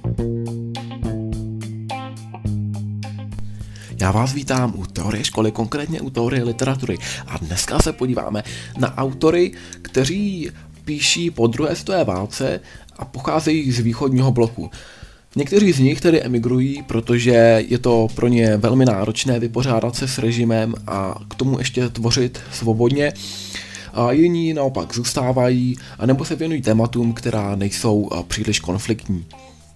Já vás vítám u teorie školy, konkrétně u teorie literatury. A dneska se podíváme na autory, kteří píší po druhé světové válce a pocházejí z východního bloku. Někteří z nich tedy emigrují, protože je to pro ně velmi náročné vypořádat se s režimem a k tomu ještě tvořit svobodně. A jiní naopak zůstávají anebo se věnují tématům, která nejsou příliš konfliktní.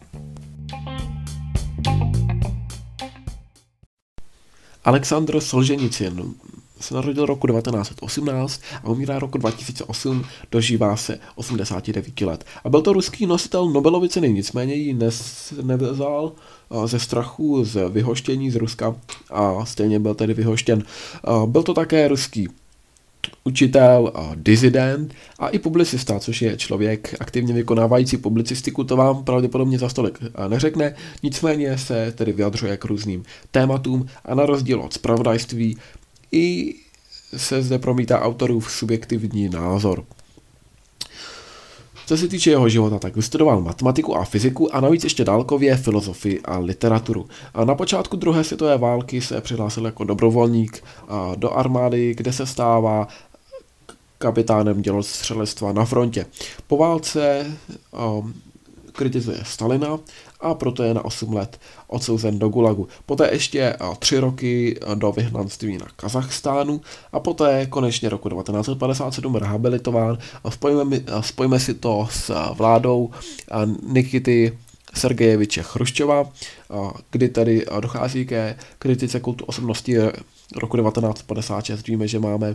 Alexandr Solženicyn se narodil roku 1918 a umírá roku 2008, dožívá se 89 let. A byl to ruský nositel Nobelovy ceny, nicméně ji nevzal ze strachu z vyhoštění z Ruska a stejně byl tedy vyhoštěn. Byl to také ruský učitel, disident a i publicista, což je člověk aktivně vykonávající publicistiku, to vám pravděpodobně za stolik neřekne, nicméně se tedy vyjadřuje k různým tématům a na rozdíl od zpravodajství i se zde promítá autorův subjektivní názor. Co se týče jeho života, tak vystudoval matematiku a fyziku a navíc ještě dálkově filozofii a literaturu. A na počátku druhé světové války se přihlásil jako dobrovolník do armády, kde se stává kapitánem dělostřelectva na frontě. Po válce kritizuje Stalina a proto je na 8 let odsouzen do Gulagu. Poté ještě 3 roky do vyhnanství na Kazachstánu a poté konečně roku 1957 rehabilitován. Spojíme si to s vládou Nikity Sergejeviče Chruščova, kdy tedy dochází ke kritice kultu osobnosti roku 1956. Víme, že máme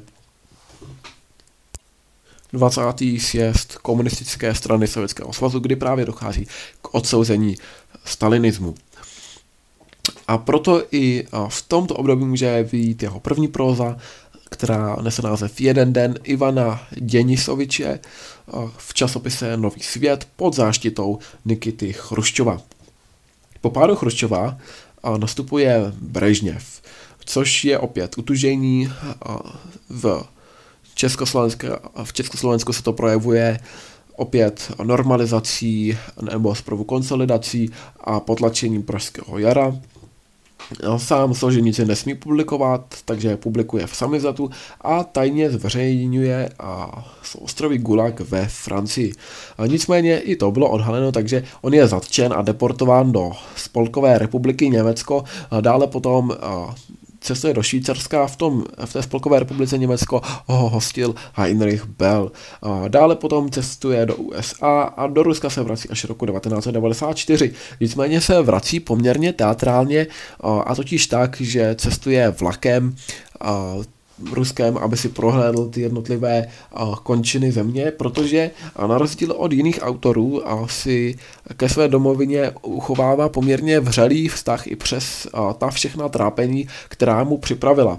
20. sjezd komunistické strany Sovětského svazu, kdy právě dochází k odsouzení stalinismu. A proto i v tomto období může vyjít jeho první próza, která nese název Jeden den Ivana Denisoviče v časopise Nový svět pod záštitou Nikity Chruščova. Po pádu Chruščova nastupuje Brežněv, což je opět utužení v Československu se to projevuje opět normalizací nebo zprvu konsolidací a potlačením Pražského jara. Sám Solženicyn nesmí publikovat, takže publikuje v samizatu a tajně zveřejňuje ostrovy Gulag ve Francii. Nicméně i to bylo odhaleno, takže on je zatčen a deportován do Spolkové republiky Německo. Dále potom cestuje do Švýcarska, v té Spolkové republice Německo ho hostil Heinrich Bell. Dále potom cestuje do USA a do Ruska se vrací až roku 1994. Nicméně se vrací poměrně teatrálně a totiž tak, že cestuje vlakem ruském, aby si prohlédl ty jednotlivé končiny země, protože na rozdíl od jiných autorů si ke své domovině uchovává poměrně vřelý vztah i přes ta všechna trápení, která mu připravila.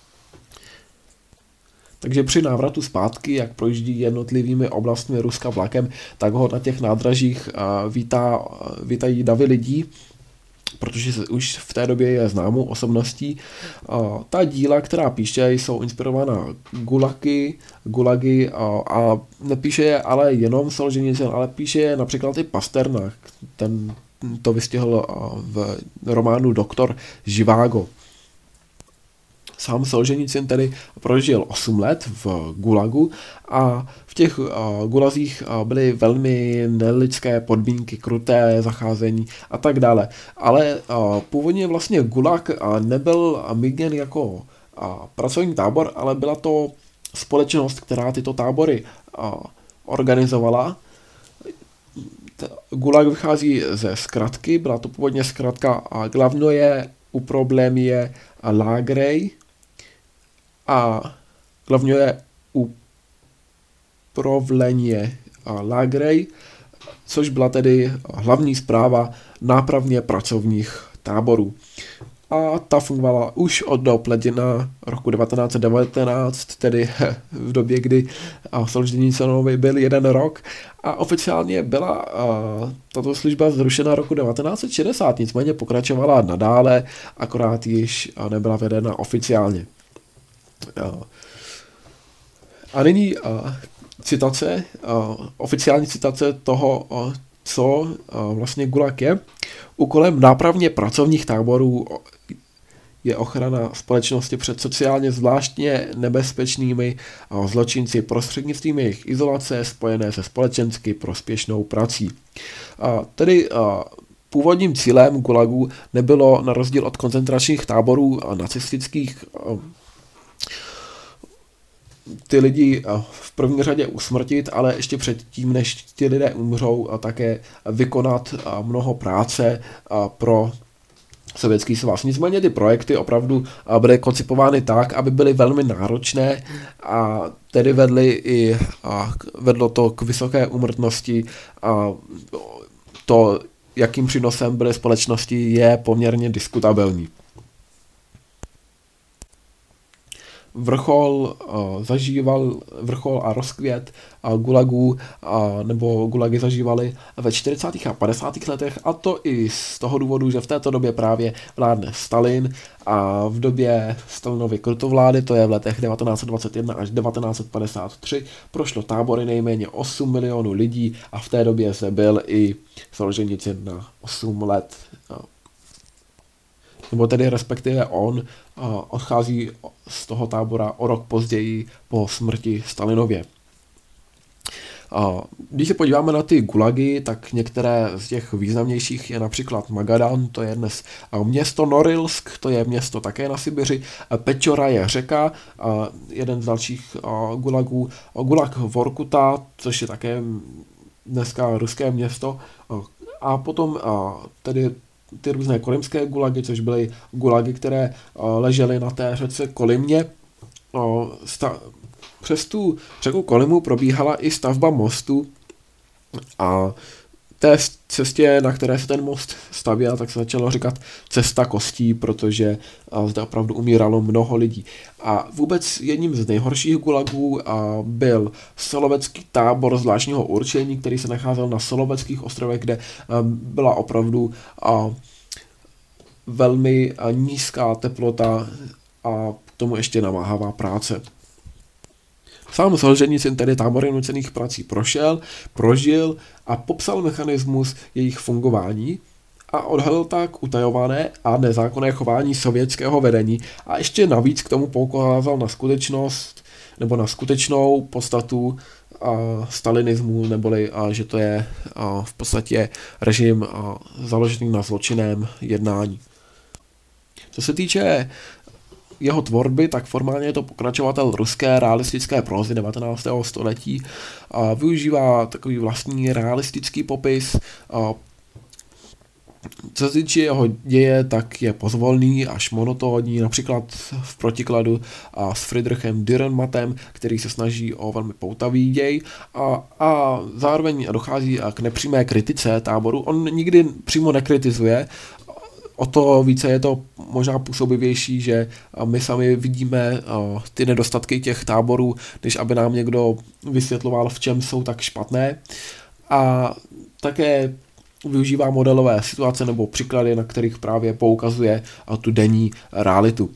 Takže při návratu zpátky, jak projíždí jednotlivými oblastmi Ruska vlakem, tak ho na těch nádražích vítají davy lidí, protože už v té době je známou osobností. Ta díla, která píše, jsou inspirována gulagy a nepíše je ale jenom Solženicyn, ale píše je například i Pasternák. Ten to vystihl v románu Doktor Živágo. Sám Solženicyn tedy prožil 8 let v Gulagu a v těch gulazích byly velmi nelidské podmínky, kruté zacházení a tak dále. Ale původně vlastně Gulag nebyl míněn jako pracovní tábor, ale byla to společnost, která tyto tábory organizovala. Gulag vychází ze zkratky, byla to původně zkratka Glavnoje uproblémie lágrej a Glavnoje uprovlenie lágrej, což byla tedy hlavní správa nápravně pracovních táborů. A ta fungovala už od dob ledina roku 1919, tedy v době, kdy Solženicynovi byl 1 rok a oficiálně byla tato služba zrušena roku 1960, nicméně pokračovala nadále, akorát již nebyla vedena oficiálně. A nyní citace, oficiální citace toho, co vlastně gulag je. Úkolem nápravně pracovních táborů je ochrana společnosti před sociálně zvláštně nebezpečnými zločinci prostřednictvím jejich izolace spojené se společensky prospěšnou prací. Tedy původním cílem gulagu nebylo na rozdíl od koncentračních táborů a nacistických ty lidi v první řadě usmrtit, ale ještě předtím, než ti lidé umřou, a také vykonat mnoho práce pro Sovětský svaz. Nicméně ty projekty opravdu byly koncipovány tak, aby byly velmi náročné a tedy vedlo to k vysoké úmrtnosti a to, jakým přínosem byly společnosti, je poměrně diskutabilní. Vrchol a rozkvět gulagů nebo gulagy zažívaly ve 40. a 50. letech, a to i z toho důvodu, že v této době právě vládne Stalin a v době Stalinovy krytovlády, to je v letech 1921 až 1953, prošlo tábory nejméně 8 milionů lidí a v té době se byl i Solženicyn na 8 let. Nebo tedy respektive on odchází z toho tábora o rok později po smrti Stalinově. Když se podíváme na ty gulagy, tak některé z těch významnějších je například Magadan, to je dnes město Norilsk, to je město také na Sibiři, Pečora je řeka, jeden z dalších gulagů, gulag Vorkuta, což je také dneska ruské město, a potom tedy ty různé kolymské gulagy, což byly gulagy, které ležely na té řece Kolymě. Přes tu řeku Kolymu probíhala i stavba mostu a té cestě, na které se ten most stavěl, tak se začalo říkat cesta kostí, protože zde opravdu umíralo mnoho lidí. A vůbec jedním z nejhorších gulagů byl Solovecký tábor zvláštního určení, který se nacházel na Soloveckých ostrovech, kde byla opravdu velmi nízká teplota a k tomu ještě namáhavá práce. Sám Solženicyn tedy tábory nucených prací prožil a popsal mechanismus jejich fungování a odhalil tak utajované a nezákonné chování sovětského vedení a ještě navíc k tomu poukázal na skutečnost nebo na skutečnou podstatu stalinismu, neboli že to je v podstatě režim založený na zločinném jednání. Co se týče jeho tvorby, tak formálně je to pokračovatel ruské realistické prózy 19. století. Využívá takový vlastní realistický popis. Co se týče jeho děje, tak je pozvolný až monotónní, například v protikladu s Friedrichem Dürrenmattem, který se snaží o velmi poutavý děj a zároveň dochází k nepřímé kritice táboru. On nikdy přímo nekritizuje, o to více je to možná působivější, že my sami vidíme ty nedostatky těch táborů, než aby nám někdo vysvětloval, v čem jsou tak špatné. A také využívá modelové situace nebo příklady, na kterých právě poukazuje tu denní realitu.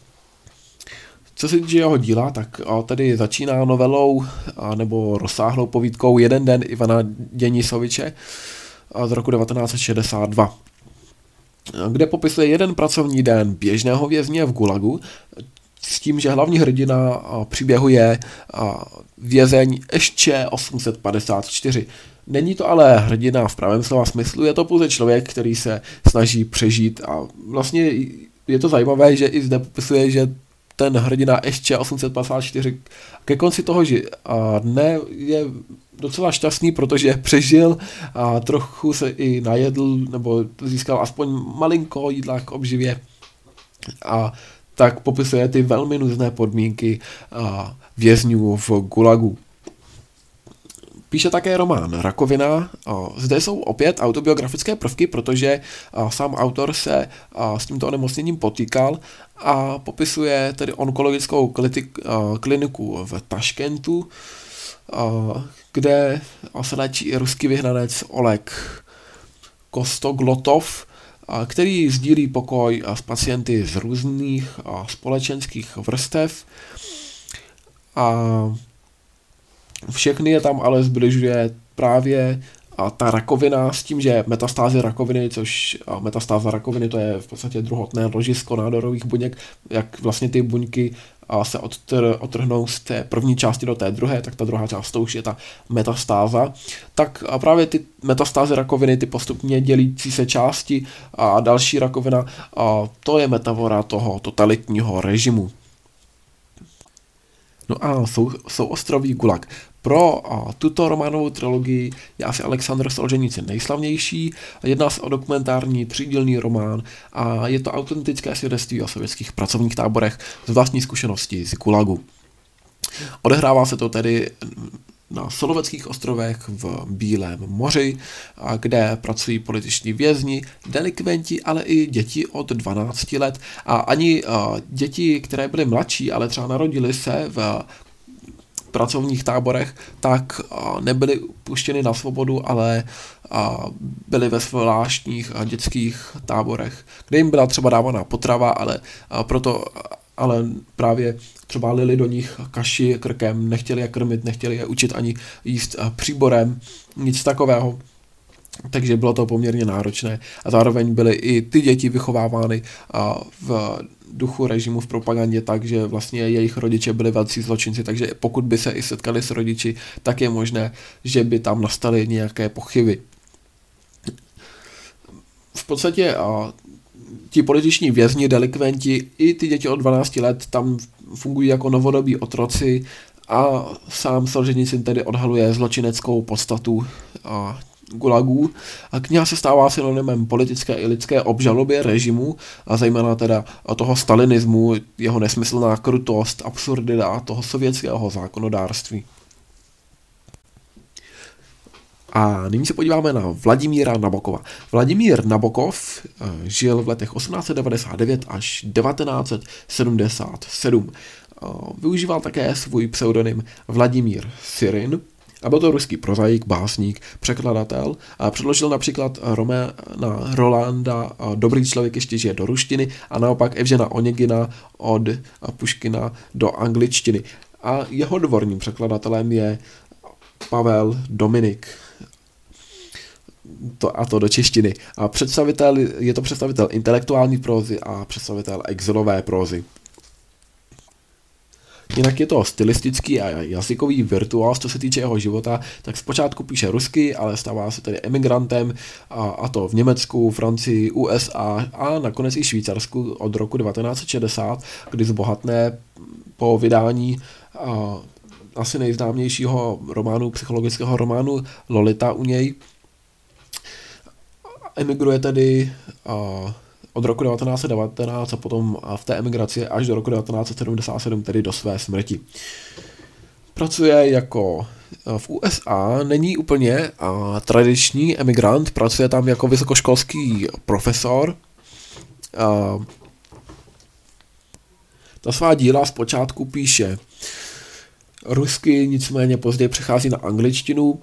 Co se týče jeho díla, tak tady začíná novelou nebo rozsáhlou povídkou Jeden den Ivana Denisoviče z roku 1962. Kde popisuje jeden pracovní den běžného vězně v gulagu s tím, že hlavní hrdina příběhu je vězeň ještě 854. Není to ale hrdina v pravém slova smyslu, je to pouze člověk, který se snaží přežít a vlastně je to zajímavé, že i zde popisuje, že ten hrdina ještě 854 ke konci toho dne je docela šťastný, protože přežil a trochu se i najedl, nebo získal aspoň malinko jídla k obživě. A tak popisuje ty velmi nuzné podmínky vězňů v gulagu. Píše také román Rakovina. Zde jsou opět autobiografické prvky, protože sám autor se s tímto onemocněním potýkal a popisuje tedy onkologickou kliniku v Taškentu, kde se léčí i ruský vyhnanec Oleg Kostoglotov, který sdílí pokoj s pacienty z různých společenských vrstev. A všechny je tam ale zbližuje právě a ta rakovina s tím, že metastázy rakoviny, metastáza rakoviny to je v podstatě druhotné ložisko nádorových buněk, jak vlastně ty buňky se odtrhnou z té první části do té druhé, tak ta druhá část to už je ta metastáza. Tak a právě ty metastázy rakoviny, ty postupně dělící se části a další rakovina, to je metafora toho totalitního režimu. No a souostrový Gulag. Pro tuto románovou trilogii je asi Alexandr Solženicyn nejslavnější. Jedná se o dokumentární 3dílný román a je to autentické svědectví o sovětských pracovních táborech z vlastní zkušenosti z Gulagu. Odehrává se to tedy na Soloveckých ostrovech v Bílém moři, kde pracují političní vězni, delikventi, ale i děti od 12 let. A ani děti, které byly mladší, ale třeba narodily se v pracovních táborech, tak nebyly puštěny na svobodu, ale byly ve zvláštních dětských táborech, kde jim byla třeba dávaná potrava, ale právě třeba lili do nich kaši krkem, nechtěli je krmit, nechtěli je učit ani jíst příborem, nic takového. Takže bylo to poměrně náročné a zároveň byly i ty děti vychovávány v duchu režimu v propagandě tak, že vlastně jejich rodiče byli velcí zločinci, takže pokud by se i setkali s rodiči, tak je možné, že by tam nastaly nějaké pochyby. V podstatě ti političní vězni, delikventi i ty děti od 12 let tam fungují jako novodobí otroci a sám Solženicyn tedy odhaluje zločineckou podstatu Gulagů. A kniha se stává synonymem politické i lidské obžaloby režimu a zejména teda toho stalinismu, jeho nesmyslná krutost, absurdita toho sovětského zákonodárství. A nyní se podíváme na Vladimíra Nabokova. Vladimír Nabokov žil v letech 1899 až 1977. Využíval také svůj pseudonym Vladimír Sirin a byl to ruský prozaik, básník, překladatel a předložil například romána Rolanda Dobrý člověk ještě žije do ruštiny a naopak Evžena Oněgina od Puškina do angličtiny. A jeho dvorním překladatelem je Pavel Dominik. A to do češtiny. A je to představitel intelektuální prózy a představitel exilové prózy. Jinak je to stylistický a jazykový virtuós, co se týče jeho života, tak zpočátku píše rusky, ale stává se tedy emigrantem, a to v Německu, Francii, USA a nakonec i Švýcarsku od roku 1960, kdy zbohatne po vydání asi nejznámějšího psychologického románu Lolita u něj. Emigruje tedy od roku 1919 a potom v té emigraci až do roku 1977, tedy do své smrti. Pracuje jako v USA, není úplně tradiční emigrant, pracuje tam jako vysokoškolský profesor. Ta svá díla zpočátku píše rusky, nicméně později přechází na angličtinu.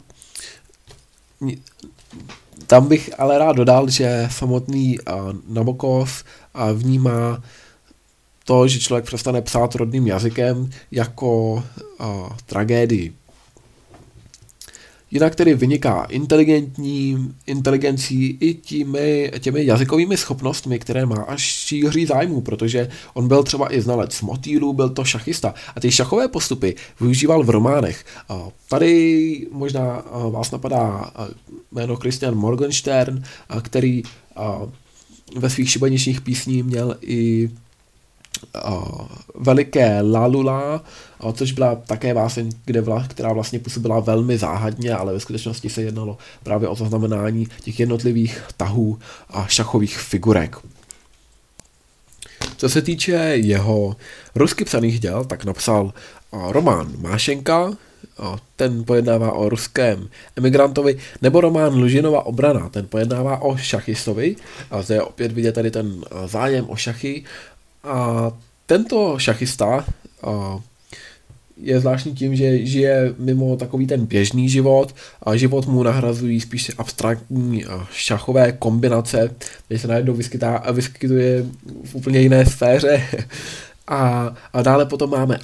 Tam bych ale rád dodal, že samotný Nabokov vnímá to, že člověk přestane psát rodným jazykem jako tragédii. Jinak tedy vyniká inteligencí i těmi jazykovými schopnostmi, které má až šíří zájmu, protože on byl třeba i znalec motýlů, byl to šachista a ty šachové postupy využíval v románech. Tady možná vás napadá jméno Christian Morgenstern, který ve svých šibeničních písní měl i Veliké Lalula, což byla také báseň, která vlastně působila velmi záhadně, ale ve skutečnosti se jednalo právě o zaznamenání těch jednotlivých tahů a šachových figurek. Co se týče jeho rusky psaných děl, tak napsal román Mášenka, ten pojednává o ruském emigrantovi, nebo román Lužinova obrana, ten pojednává o šachistovi, a zde je opět vidět tady ten zájem o šachy. A tento šachista je zvláštní tím, že žije mimo takový ten běžný život a život mu nahrazují spíš abstraktní šachové kombinace, kde se najednou vyskytuje v úplně jiné sféře. A dále potom máme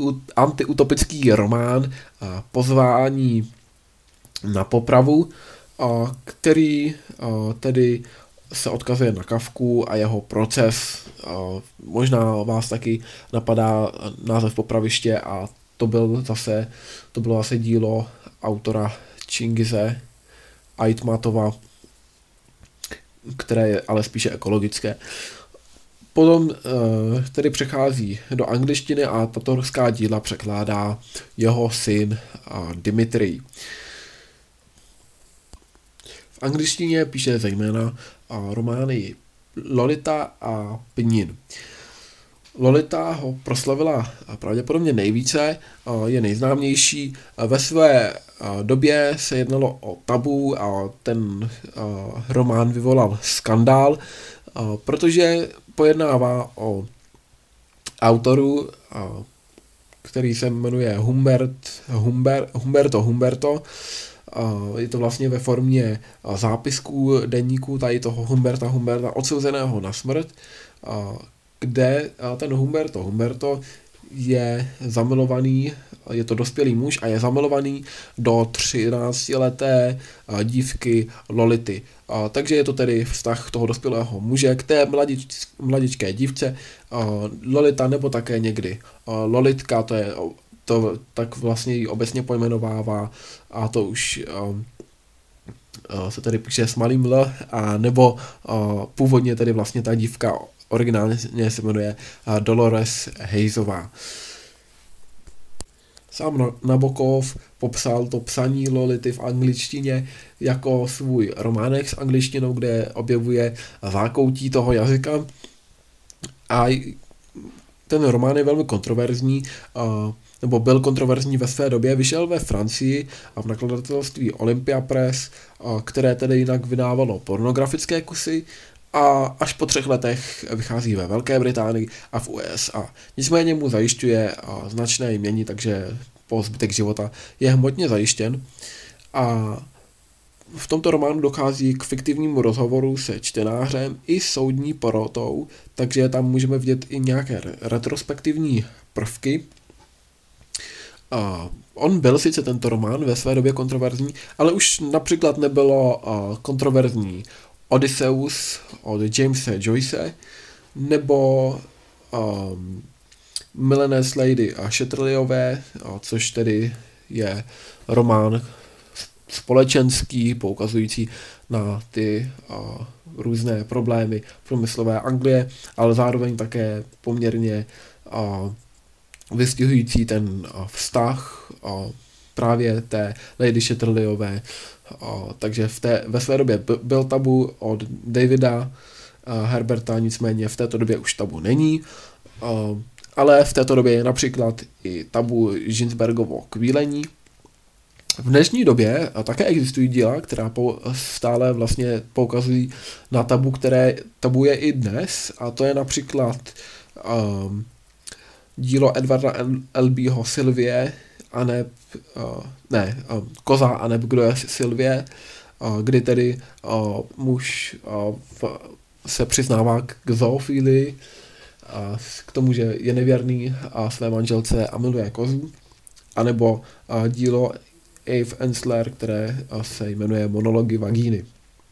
antiutopický román Pozvání na popravu, který tedy se odkazuje na Kafku a jeho proces. Možná vás taky napadá název Popraviště a to bylo zase dílo autora Čingize Aitmatova, které je ale spíše ekologické. Potom tedy přechází do angličtiny a tato ruská díla překládá jeho syn Dimitrij. V angličtině píše zejména romány Lolita a Pnin. Lolita ho proslavila pravděpodobně nejvíce, je nejznámější. Ve své době se jednalo o tabu a ten román vyvolal skandál, protože pojednává o autoru, který se jmenuje Humberto. Je to vlastně ve formě zápisků deníku tady toho Humberta odsouzeného na smrt, kde ten Humberto je zamilovaný, je to dospělý muž a je zamilovaný do 13leté dívky Lolity. Takže je to tedy vztah toho dospělého muže k té mladičké dívce. Lolita nebo také někdy Lolitka, to tak vlastně ji obecně pojmenovává a to už se tedy píše s malým L, a nebo původně tedy vlastně ta dívka originálně se jmenuje Dolores Hayesová. Sám Nabokov popsal to psaní Lolity v angličtině jako svůj románek s angličtinou, kde objevuje zákoutí toho jazyka. A ten román je velmi kontroverzní, nebo byl kontroverzní ve své době, vyšel ve Francii a v nakladatelství Olympia Press, které tedy jinak vydávalo pornografické kusy, a až po 3 letech vychází ve Velké Británii a v USA. Nicméně mu zajišťuje značné jmění, takže po zbytek života je hmotně zajištěn. A v tomto románu dochází k fiktivnímu rozhovoru se čtenářem i soudní porotou, takže tam můžeme vidět i nějaké retrospektivní prvky. On byl sice tento román ve své době kontroverzní, ale už například nebylo kontroverzní Odysseus od Jamesa Joyce nebo Milanese Lady a Shetterlyové, což tedy je román společenský, poukazující na ty různé problémy průmyslové Anglie, ale zároveň také poměrně vystihující ten vztah právě té Lady Shetterlyové. Takže ve své době byl tabu od Davida Herberta, nicméně v této době už tabu není. Ale v této době je například i tabu Ginsbergovo Kvílení. V dnešní době také existují díla, která stále vlastně poukazují na tabu, které tabu je i dnes, a to je například dílo Edwarda L.B.ho Sylvie, Koza a neb kdo je Sylvie, kdy tedy muž se přiznává k zoofílii, k tomu, že je nevěrný a své manželce a miluje kozu, anebo dílo Eve Ensler, které se jmenuje Monology vagíny.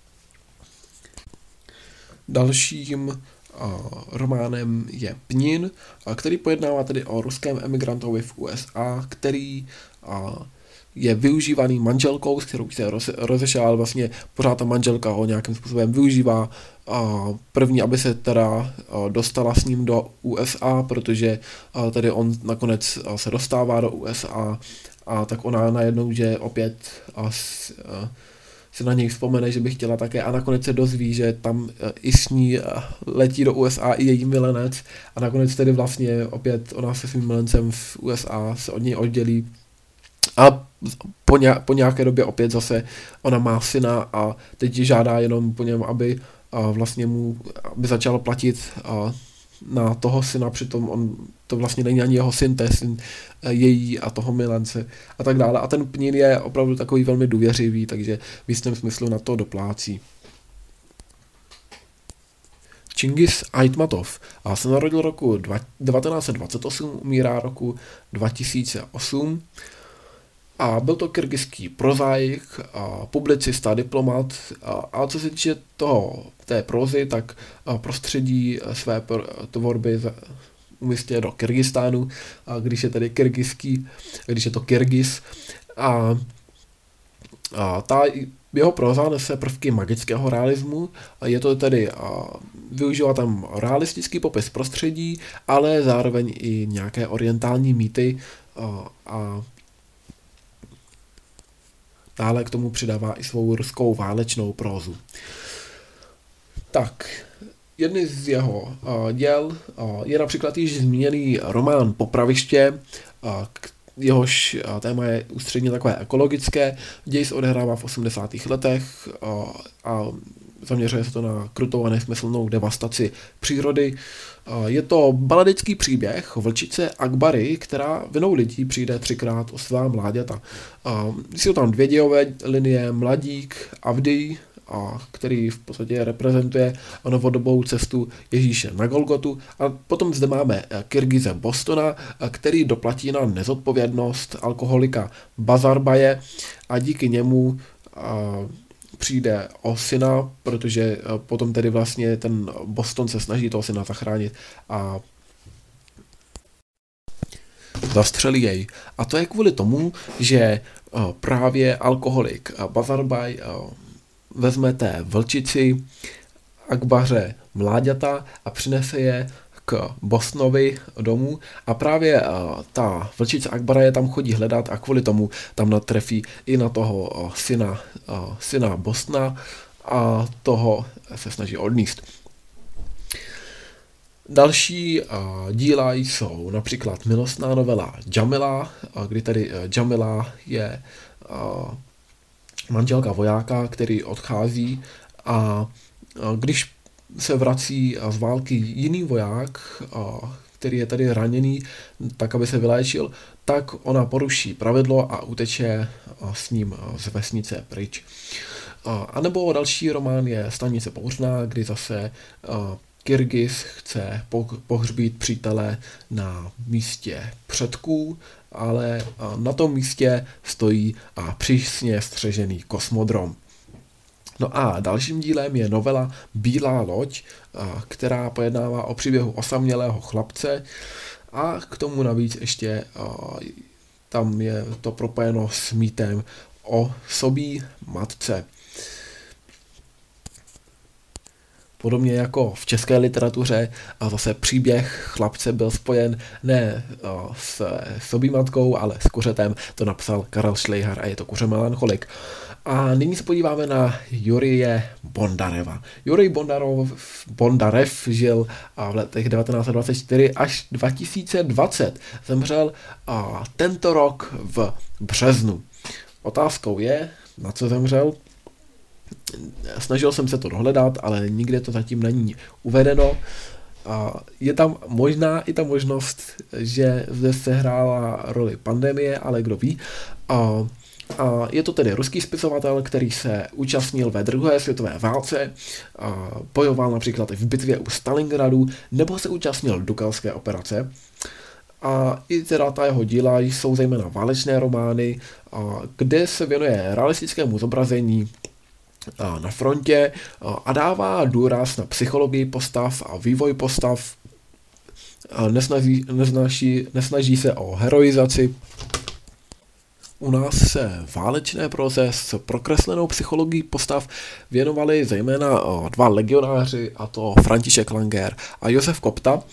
Dalším románem je Pnin, který pojednává tedy o ruském emigrantovi v USA, který je využívaný manželkou, s kterou se rozešel, ale vlastně pořád ta manželka ho nějakým způsobem využívá. První, aby se teda dostala s ním do USA, protože tedy on nakonec se dostává do USA, a tak ona najednou, že opět se na něj vzpomene, že by chtěla také, a nakonec se dozví, že tam i s ní letí do USA i její milenec, a nakonec tedy vlastně opět ona se svým milencem v USA se od něj oddělí. A po nějaké době opět zase ona má syna a teď žádá jenom po něm, aby vlastně aby začal platit na toho syna, přitom on to vlastně není ani jeho syn, to je syn její a toho milence a tak dále. A ten Pnin je opravdu takový velmi důvěřivý, takže v jistém smyslu na to doplácí. Čingiz Aitmatov se narodil roku 1928, umírá roku 2008. A byl to kyrgyzský prozaik, publicista, diplomat. A co se týče té prózy, tak prostředí své tvorby umístil do Kyrgyzstánu, když je tedy když je to Kyrgyz. A ta jeho próza nese prvky magického realismu, je to tedy, využívá tam realistický popis prostředí, ale zároveň i nějaké orientální mýty a dále k tomu přidává i svou ruskou válečnou prózu. Tak, jedny z jeho děl je například již zmíněný román Popraviště, jehož téma je ústředně takové ekologické. Děj se odehrává v 80. letech a zaměřuje se to na krutou a nesmyslnou devastaci přírody. Je to baladický příběh vlčice Akbary, která vinou lidí přijde 3krát o svá mláďata. Jsou tam 2 dějové linie, mladík Avdij, který v podstatě reprezentuje novodobou cestu Ježíše na Golgotu. A potom zde máme Kyrgyze Bostona, který doplatí na nezodpovědnost alkoholika Bazarbaje a díky němu přijde o syna, protože potom tedy vlastně ten Boston se snaží toho syna zachránit a zastřelí jej. A to je kvůli tomu, že právě alkoholik Bazarbaj vezme té vlčici Akbaře mláďata a přinese je k Bosnovi domů a právě ta vlčice Akbara je tam chodí hledat a kvůli tomu tam natrefí i na toho syna Bosna a toho se snaží odníst. Další díla jsou například milostná novela Džamila, kdy tady Džamila je manželka vojáka, který odchází a když se vrací z války jiný voják, který je tady raněný, tak aby se vyléčil, tak ona poruší pravidlo a uteče s ním z vesnice pryč. A nebo další román je Stanice Bouřná, kdy zase Kyrgyz chce pohřbít přítele na místě předků, ale na tom místě stojí přísně střežený kosmodrom. No a dalším dílem je novela Bílá loď, která pojednává o příběhu osamělého chlapce a k tomu navíc ještě tam je to propojeno s mýtem o sobí matce. Podobně jako v české literatuře a zase příběh chlapce byl spojen ne s sobímatkou, ale s kuřetem. To napsal Karel Šlejhar a je to Kuře melancholik. A nyní se podíváme na Jurije Bondareva. Jurij Bondarev žil v letech 1924 až 2020. Zemřel tento rok v březnu. Otázkou je, na co zemřel. Snažil jsem se to dohledat, ale nikde to zatím není uvedeno. Je tam možná i ta možnost, že zde se hrála roli pandemie, ale kdo ví. Je to tedy ruský spisovatel, který se účastnil ve druhé světové válce, bojoval například i v bitvě u Stalingradu, nebo se účastnil Dukalské operace. A i teda ta jeho díla jsou zejména válečné romány, kde se věnuje realistickému zobrazení na frontě a dává důraz na psychologii postav a vývoj postav. Nesnaží se o heroizaci. U nás se válečné próze s prokreslenou psychologií postav věnovali zejména 2 legionáři, a to František Langer a Josef Kopta.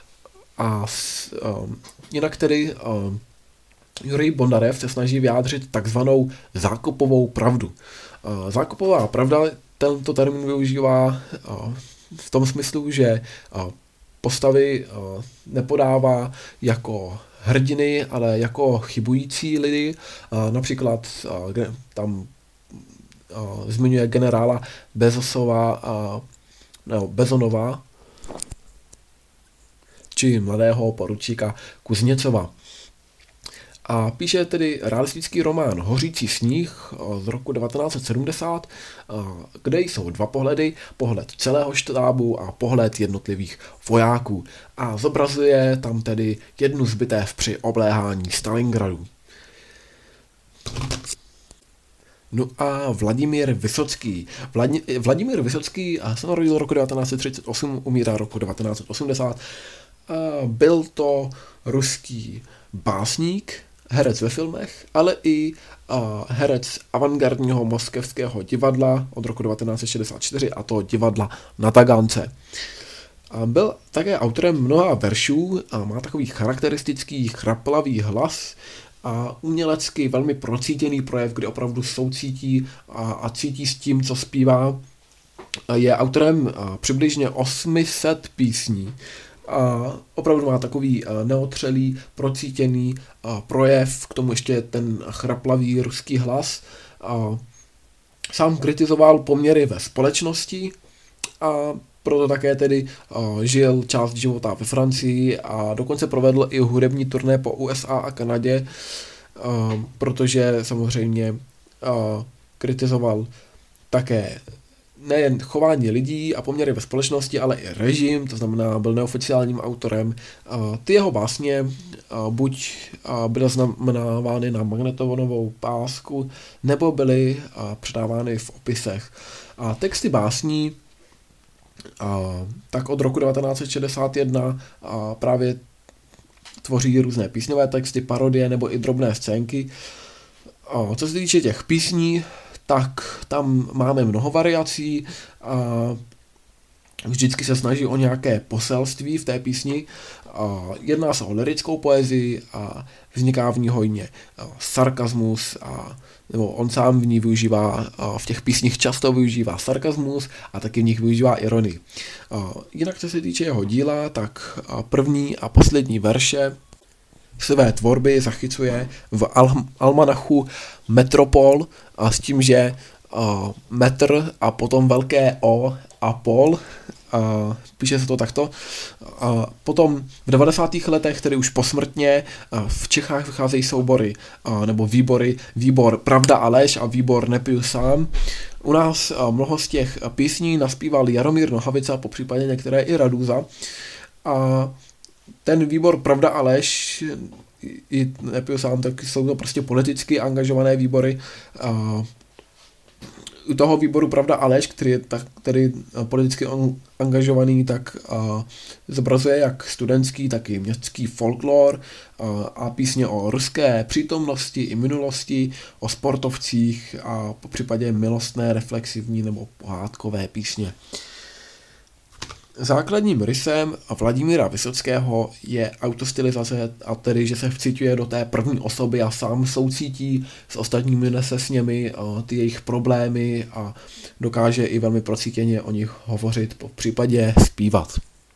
Jinak tedy Jurij Bondarev se snaží vyjádřit takzvanou zákopovou pravdu. Zákopová pravda tento termín využívá v tom smyslu, že postavy nepodává jako hrdiny, ale jako chybující lidi. Například tam zmiňuje generála Bezonova či mladého poručíka Kuzněcova. A píše tedy realistický román Hořící sníh z roku 1970, kde jsou 2 pohledy, pohled celého štábu a pohled jednotlivých vojáků. A zobrazuje tam tedy jednu z bitev při obléhání Stalingradu. No a Vladimír Vysocký. Vladimír Vysocký se narodil roku 1938, umírá roku 1980. Byl to ruský básník, herec ve filmech, ale i herec avantgardního moskevského divadla od roku 1964, a to divadla na Tagance. Byl také autorem mnoha veršů a má takový charakteristický chraplavý hlas a umělecky velmi procítěný projev, kdy opravdu soucítí a cítí s tím, co zpívá. Je autorem přibližně 800 písní. A opravdu má takový neotřelý, procítěný projev, k tomu ještě ten chraplavý ruský hlas. Sám kritizoval poměry ve společnosti a proto také tedy žil část života ve Francii a dokonce provedl i hudební turné po USA a Kanadě, protože samozřejmě kritizoval také nejen chování lidí a poměry ve společnosti, ale i režim, to znamená byl neoficiálním autorem. Ty jeho básně buď byly znamenávány na magnetofonovou pásku, nebo byly předávány v opisech. Texty básní tak od roku 1961 právě tvoří různé písňové texty, parodie nebo i drobné scénky. Co se týče těch písní, tak tam máme mnoho variací a vždycky se snaží o nějaké poselství v té písni. Jedná se o lyrickou poezii a vzniká v ní hojně sarkasmus, nebo on sám v ní využívá, v těch písních často využívá sarkasmus a taky v nich využívá ironii. Jinak co se týče jeho díla, tak první a poslední verše své tvorby zachycuje v almanachu Metropol a s tím, že metr a potom velké O a pol, píše se to takto. Potom v 90. letech, tedy už posmrtně, v Čechách vycházejí soubory nebo výbory, výbor Pravda a lež a výbor Nepiju sám. U nás mnoho z těch písní naspíval Jaromír Nohavica, popřípadě některé i Radúza. A ten výbor Pravda a lež, i Nepiju sám, tak jsou to prostě politicky angažované výbory. U toho výboru Pravda a lež, který je tedy politicky angažovaný, tak zobrazuje jak studentský, tak i městský folklor a písně o ruské přítomnosti i minulosti, o sportovcích a popřípadě milostné, reflexivní nebo pohádkové písně. Základním rysem Vladimíra Vysockého je autostylizace, a tedy, že se vciťuje do té první osoby a sám soucítí s ostatními, nese s nimi ty jejich problémy a dokáže i velmi procítěně o nich hovořit, po případě zpívat.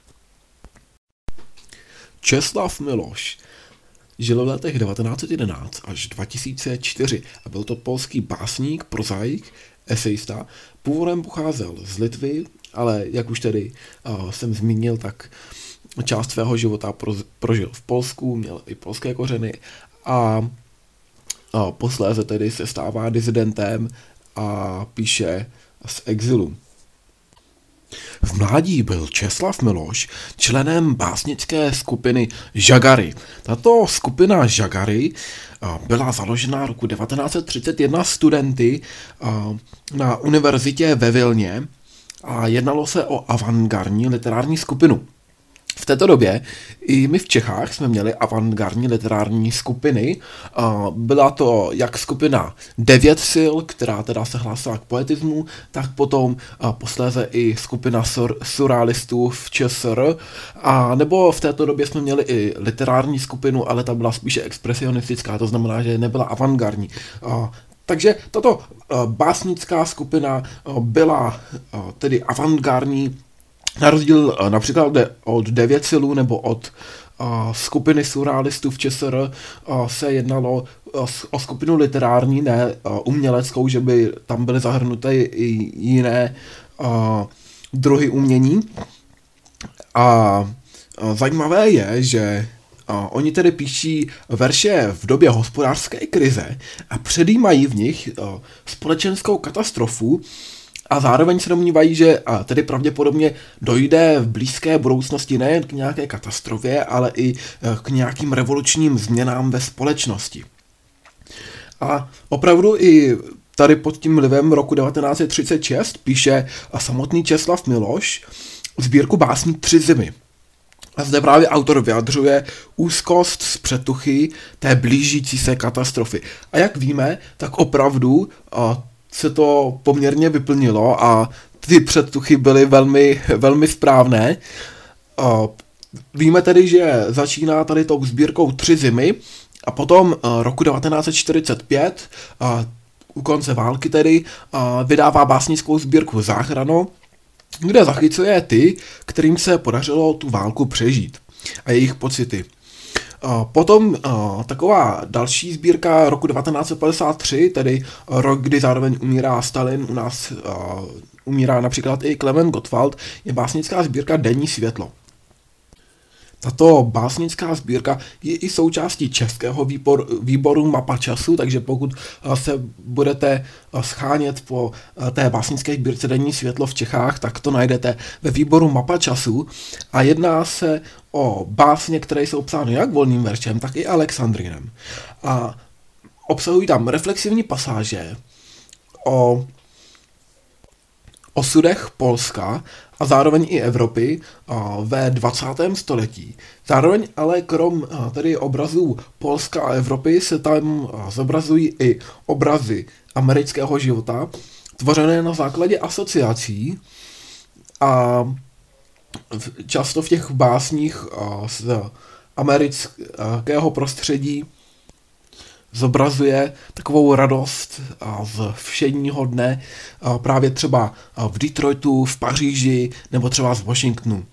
Česlav Miloš žil v letech 1911 až 2004 a byl to polský básník, prozaik, esejista. Původem pocházel z Litvy, ale jak už tedy jsem zmínil, tak část svého života prožil v Polsku, měl i polské kořeny a posléze tedy se stává disidentem a píše z exilu. V mládí byl Česlav Miloš členem básnické skupiny Žagary. Tato skupina Žagary byla založena roku 1931 studenty na univerzitě ve Vilně a jednalo se o avantgardní literární skupinu. V této době i my v Čechách jsme měli avantgardní literární skupiny. Byla to jak skupina 9 sil, která teda se hlásila k poetismu, tak potom posléze i skupina surrealistů v ČSR. A nebo v této době jsme měli i literární skupinu, ale ta byla spíše expresionistická, to znamená, že nebyla avantgardní. Takže tato básnická skupina byla tedy avantgardní, na rozdíl například od 9 silů nebo od skupiny surrealistů v ČSR se jednalo o skupinu literární, ne uměleckou, že by tam byly zahrnuté i jiné druhy umění. A zajímavé je, že oni tedy píší verše v době hospodářské krize a předjímají v nich společenskou katastrofu a zároveň se domnívají, že tedy pravděpodobně dojde v blízké budoucnosti nejen k nějaké katastrofě, ale i k nějakým revolučním změnám ve společnosti. A opravdu i tady pod tím vlivem roku 1936 píše samotný Česlav Miloš sbírku básní Tři zimy. A zde právě autor vyjadřuje úzkost z předtuchy té blížící se katastrofy. A jak víme, tak opravdu se to poměrně vyplnilo a ty předtuchy byly velmi, velmi správné. Víme tedy, že začíná tady tou sbírkou Tři zimy a potom roku 1945, u konce války tedy, vydává básnickou sbírku Záchrano, kde zachycuje ty, kterým se podařilo tu válku přežít a jejich pocity. Potom taková další sbírka roku 1953, tedy rok, kdy zároveň umírá Stalin, u nás umírá například i Klement Gottwald, je básnická sbírka Denní světlo. Tato básnická sbírka je i součástí českého výboru Mapa času, takže pokud se budete schánět po té básnické sbírce Denní světlo v Čechách, tak to najdete ve výboru Mapa času a jedná se o básně, které jsou psány jak volným veršem, tak i alexandrinem. A obsahují tam reflexivní pasáže o osudech Polska a zároveň i Evropy ve 20. století. Zároveň ale krom tedy obrazů Polska a Evropy se tam zobrazují i obrazy amerického života, tvořené na základě asociací a často v těch básních z amerického prostředí zobrazuje takovou radost z všedního dne, právě třeba v Detroitu, v Paříži nebo třeba z Washingtonu.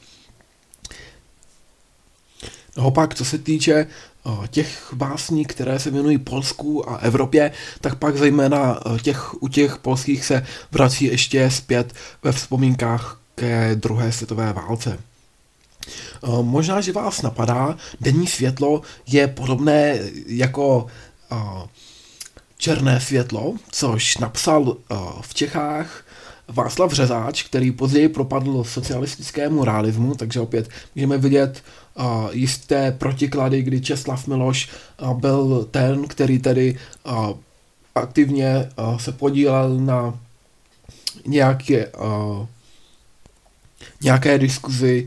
Naopak, co se týče těch básní, které se věnují Polsku a Evropě, tak pak zejména u těch polských se vrací ještě zpět ve vzpomínkách ke druhé světové válce. Možná, že vás napadá, Denní světlo je podobné jako Černé světlo, což napsal v Čechách Václav Řezáč, který později propadl socialistickému realismu, takže opět můžeme vidět jisté protiklady, kdy Česlav Miloš byl ten, který tedy aktivně se podílel na nějaké diskuzi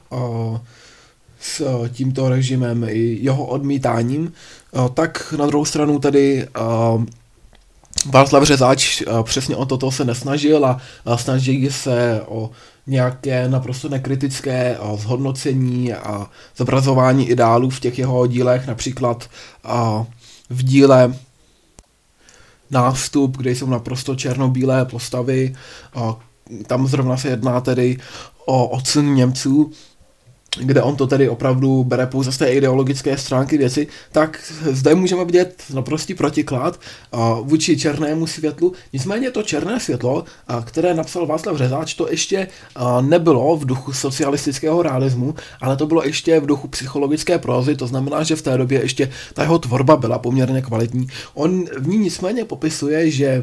s tímto režimem i jeho odmítáním, tak na druhou stranu tedy Václav Řezáč přesně o toto se nesnažil a snaží se o nějaké naprosto nekritické zhodnocení a zobrazování ideálů v těch jeho dílech, například v díle Nástup, kde jsou naprosto černobílé postavy, tam zrovna se jedná tedy o odsun Němců, kde on to tedy opravdu bere pouze z té ideologické stránky věci, tak zde můžeme vidět naprostý protiklad vůči černému světlu. Nicméně to černé světlo, které napsal Václav Řezáč, to ještě nebylo v duchu socialistického realismu, ale to bylo ještě v duchu psychologické prózy, to znamená, že v té době ještě ta jeho tvorba byla poměrně kvalitní. On v ní nicméně popisuje, že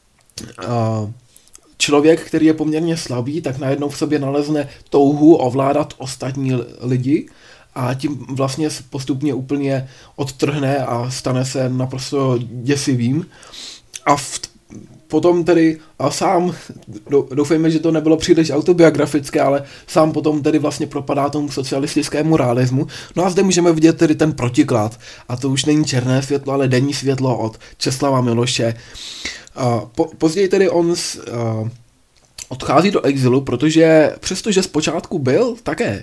člověk, který je poměrně slabý, tak najednou v sobě nalezne touhu ovládat ostatní lidi a tím vlastně postupně úplně odtrhne a stane se naprosto děsivým. A potom tedy sám, doufejme, že to nebylo příliš autobiografické, ale sám potom tedy vlastně propadá tomu socialistickému realismu. No a zde můžeme vidět tedy ten protiklad. A to už není Černé světlo, ale Denní světlo od Česlava Miloše. Později tedy on odchází do exilu, protože přestože zpočátku byl také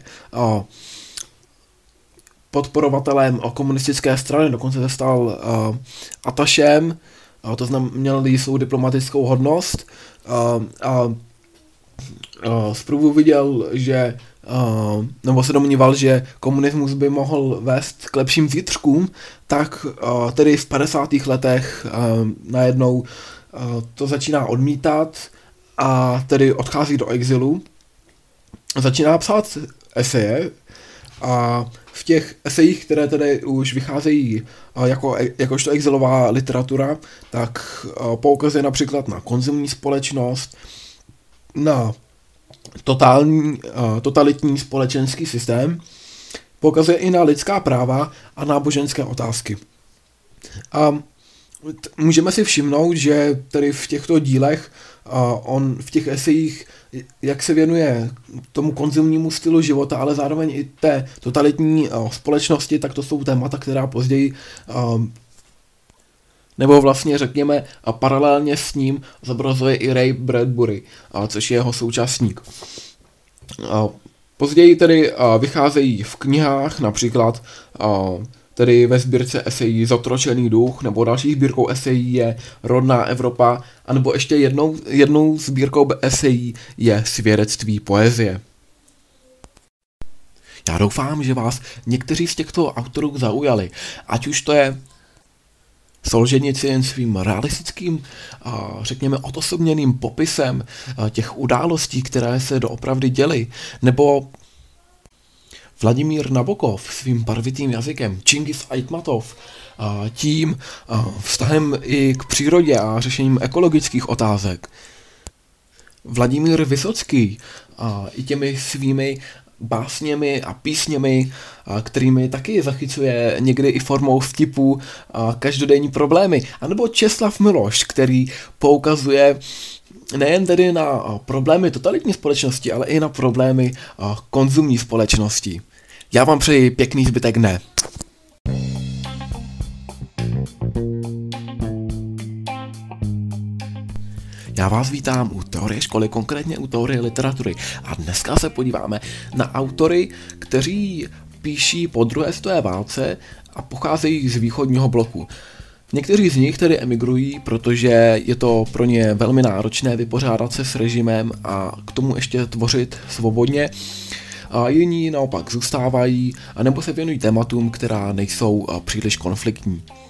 podporovatelem komunistické strany, dokonce se stal atašem, to znamená, měl jistou diplomatickou hodnost a zprvu viděl, že nebo se domníval, že komunismus by mohl vést k lepším zítřkům, tak tedy v 50. letech najednou to začíná odmítat a tedy odchází do exilu. Začíná psát eseje a v těch esejích, které tedy už vycházejí jakožto exilová literatura, tak poukazuje například na konzumní společnost, na totalitní společenský systém, poukazuje i na lidská práva a náboženské otázky. A Můžeme si všimnout, že tady v těchto dílech on v těch esejích, jak se věnuje tomu konzumnímu stylu života, ale zároveň i té totalitní společnosti, tak to jsou témata, která později nebo vlastně řekněme paralelně s ním zobrazuje i Ray Bradbury, což je jeho současník. Později tedy vycházejí v knihách, například tedy ve sbírce esejí Zotročený duch, nebo další sbírkou esejí je Rodná Evropa, anebo ještě jednou sbírkou esejí je Svědectví poezie. Já doufám, že vás někteří z těchto autorů zaujali, ať už to je Solženicyn svým realistickým, řekněme odosobněným popisem těch událostí, které se doopravdy děly, nebo Vladimír Nabokov svým barvitým jazykem, Čingis Aitmatov tím vztahem i k přírodě a řešením ekologických otázek. Vladimír Vysocký i těmi svými básněmi a písněmi, kterými taky zachycuje někdy i formou vtipů každodenní problémy. A nebo Česlav Miloš, který poukazuje nejen tedy na problémy totalitní společnosti, ale i na problémy konzumní společnosti. Já vám přeji pěkný zbytek dne. Já vás vítám u Teorie školy, konkrétně u Teorie literatury. A dneska se podíváme na autory, kteří píší po druhé světové válce a pocházejí z východního bloku. Někteří z nich tedy emigrují, protože je to pro ně velmi náročné vypořádat se s režimem a k tomu ještě tvořit svobodně. A jiní naopak zůstávají, anebo se věnují tématům, která nejsou příliš konfliktní.